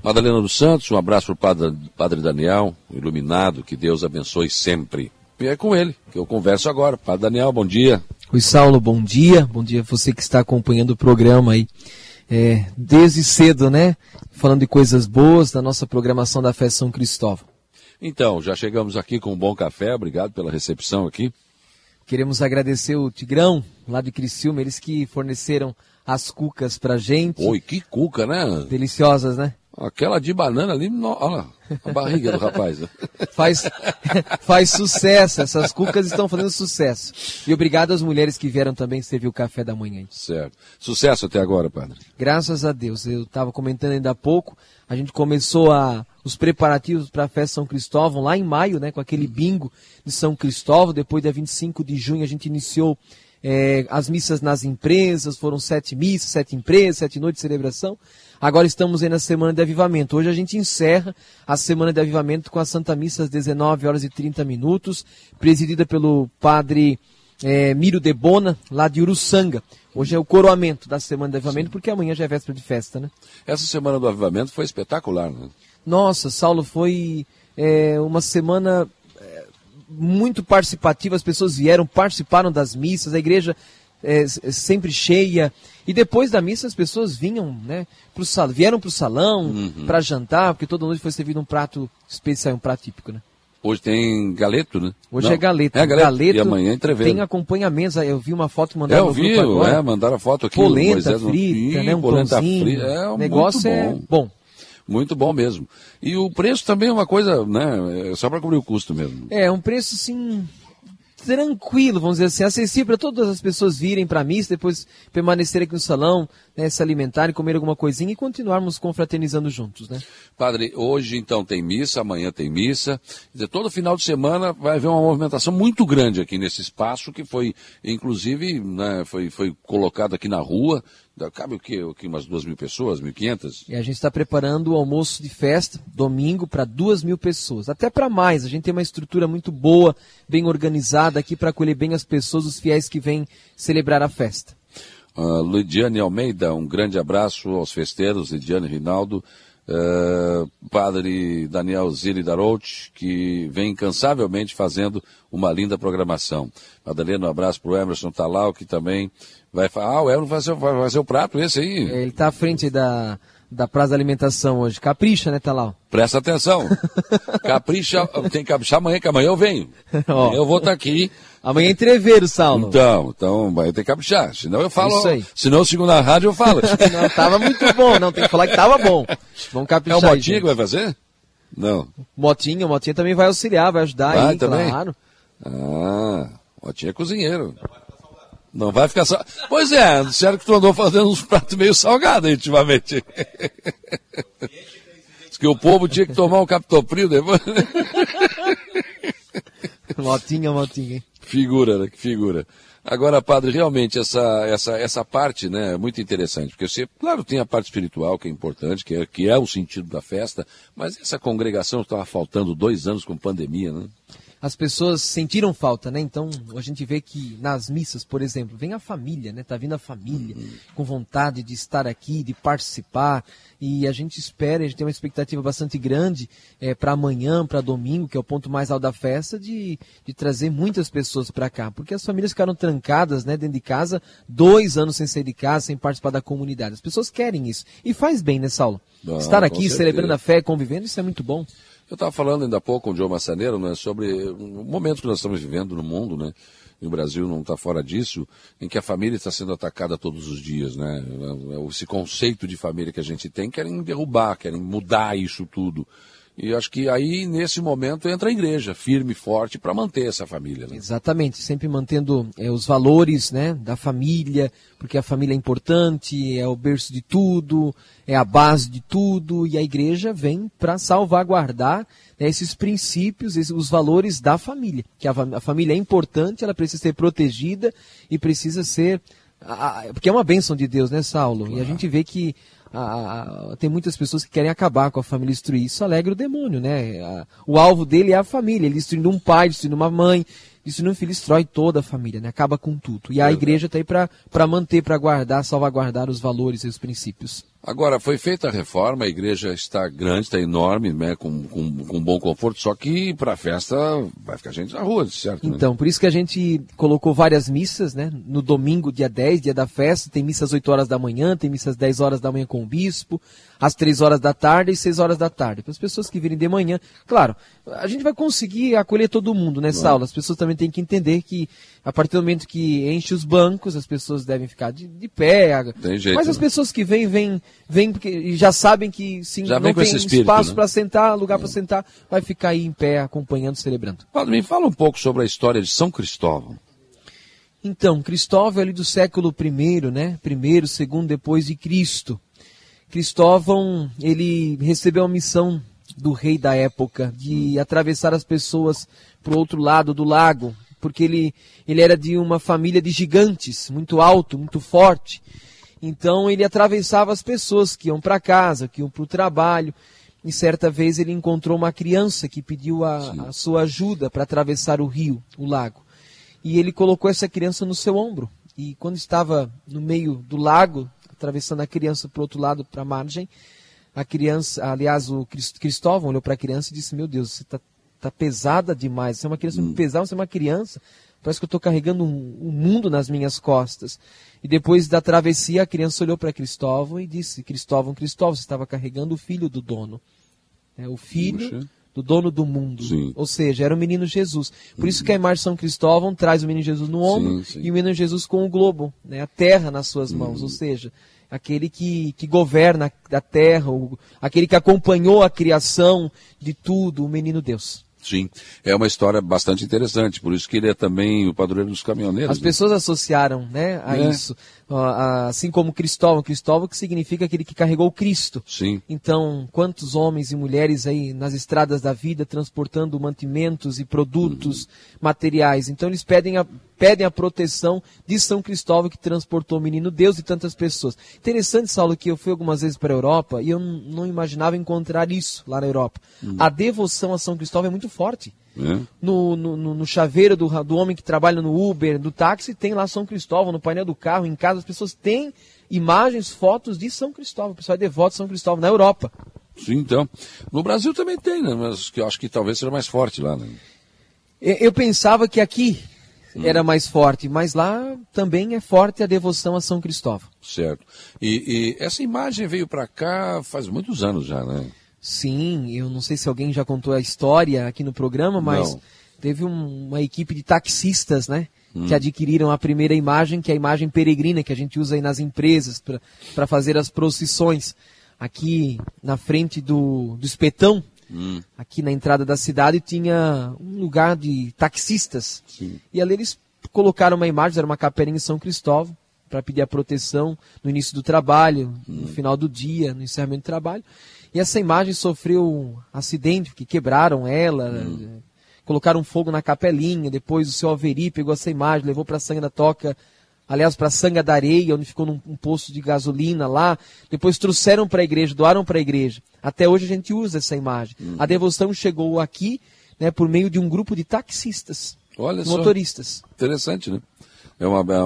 Madalena dos Santos, um abraço para o Padre Daniel, iluminado, que Deus abençoe sempre. E é com ele que eu converso agora. Padre Daniel, bom dia. Oi, Saulo, bom dia você que está acompanhando o programa aí. Desde cedo, né? Falando de coisas boas da nossa programação da Festa São Cristóvão. Então, já chegamos aqui com um bom café, obrigado pela recepção aqui. Queremos agradecer o Tigrão, lá de Criciúma, eles que forneceram as cucas pra gente. Oi, que cuca, né? Deliciosas, né? Aquela de banana ali, olha a barriga do rapaz. Faz sucesso, essas cucas estão fazendo sucesso. E obrigado às mulheres que vieram também servir o café da manhã. Certo. Sucesso até agora, padre. Graças a Deus. Eu estava comentando ainda há pouco, a gente começou os preparativos para a Festa São Cristóvão lá em maio, né, com aquele bingo de São Cristóvão. Depois, dia 25 de junho, a gente iniciou as missas nas empresas, foram 7 missas, 7 empresas, 7 noites de celebração. Agora estamos aí na Semana de Avivamento. Hoje a gente encerra a Semana de Avivamento com a Santa Missa às 19h30, presidida pelo padre Mírio de Bona, lá de Uruçanga. Hoje é o coroamento da Semana de Avivamento, porque amanhã já é véspera de festa, né? Essa Semana do Avivamento foi espetacular, né? Nossa, Saulo, foi uma semana muito participativa, as pessoas participaram das missas, a igreja sempre cheia. E depois da missa as pessoas vinham, né, vieram para o salão para jantar, porque toda noite foi servido um prato especial, um prato típico, né? Hoje tem galeto, né? Hoje é galeto. Galeto. E amanhã entreveiro. Tem acompanhamentos. Eu vi uma foto mandada no grupo agora. Mandaram a foto aqui. Polenta frita, né? Um pãozinho. Frita. O negócio é bom. Muito bom mesmo. E o preço também é uma coisa, né? Só para cobrir o custo mesmo. Um preço, assim, tranquilo, vamos dizer assim, acessível para todas as pessoas virem para a missa, depois permanecerem aqui no salão, né, se alimentarem, comer alguma coisinha e continuarmos confraternizando juntos, né? Padre, hoje então tem missa, amanhã tem missa, quer dizer, todo final de semana vai haver uma movimentação muito grande aqui nesse espaço que foi, inclusive, né, foi colocado aqui na rua. Cabe o quê? Umas 2.000 pessoas, 1.500? E a gente está preparando o almoço de festa, domingo, para 2.000 pessoas. Até para mais, a gente tem uma estrutura muito boa, bem organizada aqui para acolher bem as pessoas, os fiéis que vêm celebrar a festa. Lidiane Almeida, um grande abraço aos festeiros, Lidiane Rinaldo. Padre Daniel Zilli Darouti, que vem incansavelmente fazendo uma linda programação. Madalena, um abraço para o Emerson Talau, que também vai falar. O Emerson vai fazer o prato esse aí. Ele está à frente da Praça da Alimentação hoje. Capricha, né, Talau? Presta atenção. Capricha, tem que caprichar amanhã, que amanhã eu venho. Eu vou estar aqui. Amanhã é entreveiro, Saulo. Então vai ter que caprichar. Senão eu falo. Isso aí. Senão eu sigo na rádio eu falo. Não, tava muito bom. Não, tem que falar que tava bom. Vamos caprichar. É o Motinha que vai fazer? Não. Motinha também vai auxiliar, vai ajudar aí, também? Claro. Motinha é cozinheiro. Não vai ficar só. Pois é, disseram que tu andou fazendo uns pratos meio salgados aí ultimamente. Diz que o povo tinha que tomar um captopril depois. Motinha. Figura, né? Que figura. Agora, padre, realmente essa parte, né, é muito interessante, porque você, claro, tem a parte espiritual que é importante, que é o sentido da festa, mas essa congregação estava faltando 2 anos com pandemia, né? As pessoas sentiram falta, né? Então, a gente vê que nas missas, por exemplo, vem a família, né? Tá vindo a família com vontade de estar aqui, de participar, e a gente tem uma expectativa bastante grande para amanhã, para domingo, que é o ponto mais alto da festa, de trazer muitas pessoas para cá, porque as famílias ficaram trancadas, né, dentro de casa, 2 anos sem sair de casa, sem participar da comunidade. As pessoas querem isso, e faz bem, né, Saulo? Estar aqui, celebrando a fé, convivendo, isso é muito bom. Eu estava falando ainda há pouco com o Diogo Massaneiro, né, sobre o momento que nós estamos vivendo no mundo, né, e o Brasil não está fora disso, em que a família está sendo atacada todos os dias, né, esse conceito de família que a gente tem, querem derrubar, querem mudar isso tudo. E acho que aí, nesse momento, entra a igreja, firme e forte, para manter essa família, né? Exatamente, sempre mantendo os valores, né, da família, porque a família é importante, é o berço de tudo, é a base de tudo, e a igreja vem para salvaguardar, né, esses princípios, os valores da família. Que a família é importante, ela precisa ser protegida e precisa ser... porque é uma bênção de Deus, né, Saulo? Claro. E a gente vê que tem muitas pessoas que querem acabar com a família, destruir. Isso alegra o demônio, né? O alvo dele é a família. Ele destruindo um pai, destruindo uma mãe, destruindo um filho, destrói toda a família, né? Acaba com tudo. E a igreja está aí para manter, para guardar, salvaguardar os valores e os princípios. Agora, foi feita a reforma, a igreja está grande, está enorme, né, com bom conforto, só que para a festa vai ficar gente na rua, certo? Então, por isso que a gente colocou várias missas, né? No domingo, dia 10, dia da festa, tem missa às 8 horas da manhã, tem missa às 10 horas da manhã com o bispo, às 3 horas da tarde e 6 horas da tarde. Para as pessoas que virem de manhã, claro, a gente vai conseguir acolher todo mundo nessa aula. As pessoas também têm que entender que a partir do momento que enche os bancos, as pessoas devem ficar de pé. Tem jeito, mas as pessoas que vêm porque já sabem que sim, já não tem espírito, espaço, né, para sentar, lugar para sentar, vai ficar aí em pé, acompanhando, celebrando. Padre, me fala um pouco sobre a história de São Cristóvão. Então, Cristóvão é ali do século I, né? Primeiro, segundo, depois de Cristo. Cristóvão, ele recebeu a missão do rei da época de atravessar as pessoas para o outro lado do lago, porque ele era de uma família de gigantes, muito alto, muito forte. Então ele atravessava as pessoas que iam para casa, que iam para o trabalho. E certa vez ele encontrou uma criança que pediu a sua ajuda para atravessar o rio, o lago. E ele colocou essa criança no seu ombro. E quando estava no meio do lago, atravessando a criança para o outro lado, para a margem, a criança, aliás, o Cristóvão olhou para a criança e disse: meu Deus, você está pesada demais, você é uma criança muito pesada, você é uma criança, parece que eu estou carregando um mundo nas minhas costas. E depois da travessia, a criança olhou para Cristóvão e disse: Cristóvão, Cristóvão, você estava carregando o filho do dono. O filho do dono do mundo. Sim. Ou seja, era o menino Jesus. Por isso que a imagem de São Cristóvão traz o menino Jesus no ombro, e o menino Jesus com o globo, né, a terra nas suas mãos. Ou seja, aquele que governa a terra, aquele que acompanhou a criação de tudo, o menino Deus. Sim, é uma história bastante interessante, por isso que ele é também o padroeiro dos caminhoneiros. As pessoas associaram, né, a isso, assim como Cristóvão que significa aquele que carregou Cristo. Sim. Então, quantos homens e mulheres aí nas estradas da vida transportando mantimentos e produtos materiais. Então eles pedem a proteção de São Cristóvão, que transportou o menino Deus e tantas pessoas. Interessante, Saulo, que eu fui algumas vezes para a Europa e eu não imaginava encontrar isso lá na Europa. A devoção a São Cristóvão é muito forte. No chaveiro do homem que trabalha no Uber, do táxi, tem lá São Cristóvão, no painel do carro, em casa, as pessoas têm imagens, fotos de São Cristóvão. O pessoal é devoto de São Cristóvão na Europa. Sim, então. No Brasil também tem, né? Mas que eu acho que talvez seja mais forte lá, né? Eu pensava que aqui era mais forte, mas lá também é forte a devoção a São Cristóvão. Certo. E essa imagem veio para cá faz muitos anos já, né? Sim, eu não sei se alguém já contou a história aqui no programa, mas teve uma equipe de taxistas, né? Que adquiriram a primeira imagem, que é a imagem peregrina, que a gente usa aí nas empresas para fazer as procissões. Aqui na frente do Espetão, aqui na entrada da cidade, tinha um lugar de taxistas. Sim. E ali eles colocaram uma imagem, era uma capelinha em São Cristóvão, para pedir a proteção no início do trabalho, no final do dia, no encerramento do trabalho. E essa imagem sofreu um acidente, que quebraram ela, colocaram fogo na capelinha, depois o seu Alveri pegou essa imagem, levou para a Sanga da Toca, aliás, para a Sanga da Areia, onde ficou num posto de gasolina lá, depois trouxeram para a igreja, doaram para a igreja. Até hoje a gente usa essa imagem. A devoção chegou aqui, né, por meio de um grupo de taxistas, motoristas. Interessante, né? É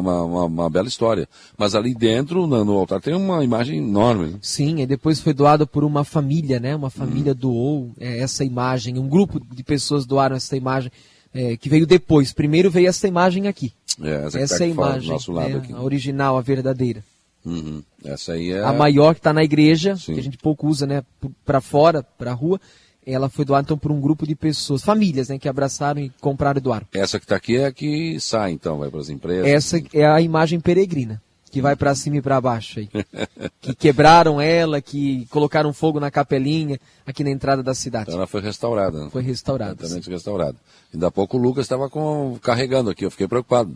uma bela história. Mas ali dentro, no altar, tem uma imagem enorme, né? Sim, e depois foi doado por uma família, né? Uma família doou essa imagem, um grupo de pessoas doaram essa imagem, que veio depois. Primeiro veio essa imagem aqui. Essa é a imagem, do nosso lado aqui. A original, a verdadeira. Essa aí é a maior que está na igreja, que a gente pouco usa, né? Para fora, para a rua. Ela foi doada então por um grupo de pessoas, famílias, né, que abraçaram e compraram e doaram. Essa que está aqui é a que sai, então, vai para as empresas. Essa é a imagem peregrina, que vai para cima e para baixo aí. Que quebraram ela, que colocaram fogo na capelinha aqui na entrada da cidade. Então ela foi restaurada, né? Foi restaurada. Completamente restaurada. Ainda há pouco o Lucas estava carregando aqui, eu fiquei preocupado.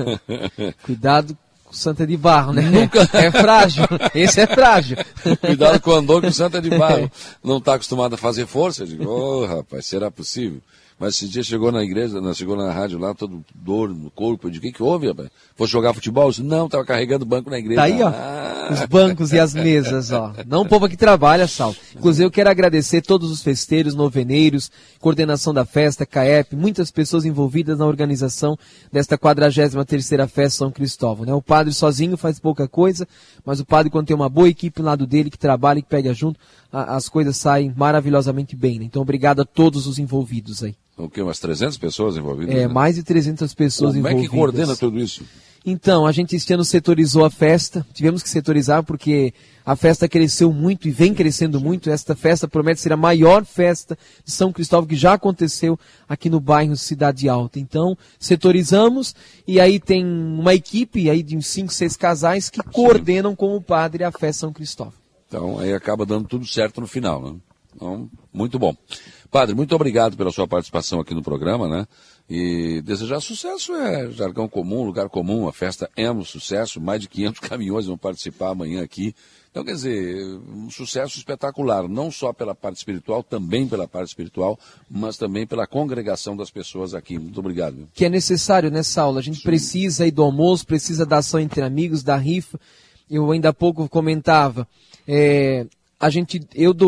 Cuidado com Santa de Barro, né? Nunca. É frágil. Esse é frágil. Cuidado com o andor com Santa de Barro. Não está acostumado a fazer força? Eu digo, rapaz, será possível? Mas esse dia chegou na igreja, chegou na rádio lá, todo dor no corpo. Eu disse, o que houve, rapaz? Fosse jogar futebol? Eu disse, não, estava carregando o banco na igreja. Tá aí, ó, os bancos e as mesas, ó. Não o povo que trabalha, Saulo. Inclusive, eu quero agradecer todos os festeiros, noveneiros, coordenação da festa, CAEP, muitas pessoas envolvidas na organização desta 43ª Festa São Cristóvão, né? O padre sozinho faz pouca coisa, mas o padre, quando tem uma boa equipe ao lado dele, que trabalha e que pega junto, as coisas saem maravilhosamente bem, né? Então, obrigado a todos os envolvidos aí. O quê? Umas 300 pessoas envolvidas? É, né? Mais de 300 pessoas envolvidas. Como é que coordena tudo isso? Então, a gente este ano setorizou a festa, tivemos que setorizar porque a festa cresceu muito e vem crescendo muito. Esta festa promete ser a maior festa de São Cristóvão que já aconteceu aqui no bairro Cidade Alta. Então, setorizamos e aí tem uma equipe aí de 5, 6 casais que coordenam com o padre a festa São Cristóvão. Então, aí acaba dando tudo certo no final, né? Então, muito bom. Padre, muito obrigado pela sua participação aqui no programa, né? E desejar sucesso é jargão comum, lugar comum, a festa é um sucesso, mais de 500 caminhões vão participar amanhã aqui. Então, quer dizer, um sucesso espetacular, não só pela parte espiritual, também pela parte espiritual, mas também pela congregação das pessoas aqui. Muito obrigado. Que é necessário nessa aula, a gente precisa aí do almoço, precisa da ação entre amigos, da rifa. Eu ainda há pouco comentava, a gente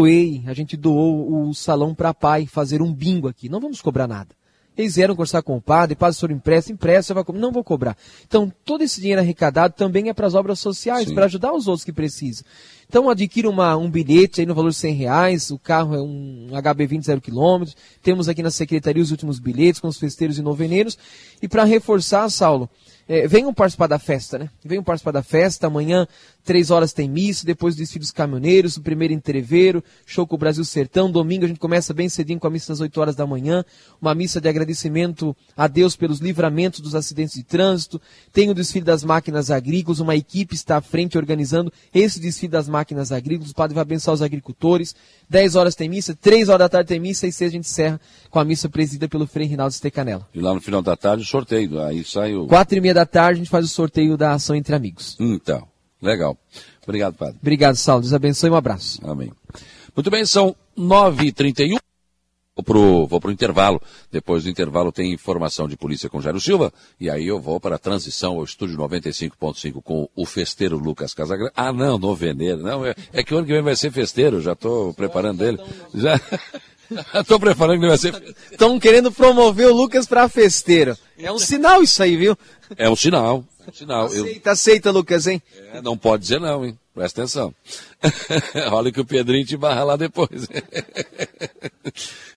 doou o salão para pai fazer um bingo aqui, não vamos cobrar nada. Eles vieram conversar com o padre o senhor empresta, não vou cobrar. Então, todo esse dinheiro arrecadado também é para as obras sociais, para ajudar os outros que precisam. Então, adquira um bilhete aí no valor de R$100, o carro é um HB20 0 km, temos aqui na secretaria os últimos bilhetes com os festeiros e noveneiros. E para reforçar, Saulo, venham participar da festa, né? Venham participar da festa, amanhã 3 horas tem missa, depois o desfile dos caminhoneiros, o primeiro entreveiro, show com o Brasil Sertão, domingo a gente começa bem cedinho com a missa às 8 horas da manhã, uma missa de agradecimento a Deus pelos livramentos dos acidentes de trânsito, tem o desfile das máquinas agrícolas, uma equipe está à frente organizando esse desfile das máquinas agrícolas, o padre vai abençoar os agricultores, 10 horas tem missa, 3 horas da tarde tem missa e 6 a gente encerra com a missa presidida pelo Frei Rinaldo Stecanella. E lá no final da tarde o sorteio, aí sai o... 4h30 da tarde a gente faz o sorteio da ação entre amigos. Então, legal. Obrigado, padre. Obrigado, Saulo. Deus abençoe e um abraço. Amém. Muito bem, são 9h31. Vou pro intervalo. Depois do intervalo tem informação de polícia com Jairo Silva. E aí eu vou para a transição ao estúdio 95.5 com o festeiro Lucas Casagrande. Ah, não, noveneiro. Não, é que o ano que vem vai ser festeiro. Já estou preparando ele. Já estou preparando que ele vai ser. Estão querendo promover o Lucas para festeiro. É um sinal isso aí, viu? É um sinal. Aceita, Lucas, hein? Não pode dizer não, hein? Presta atenção. Olha que o Pedrinho te barra lá depois.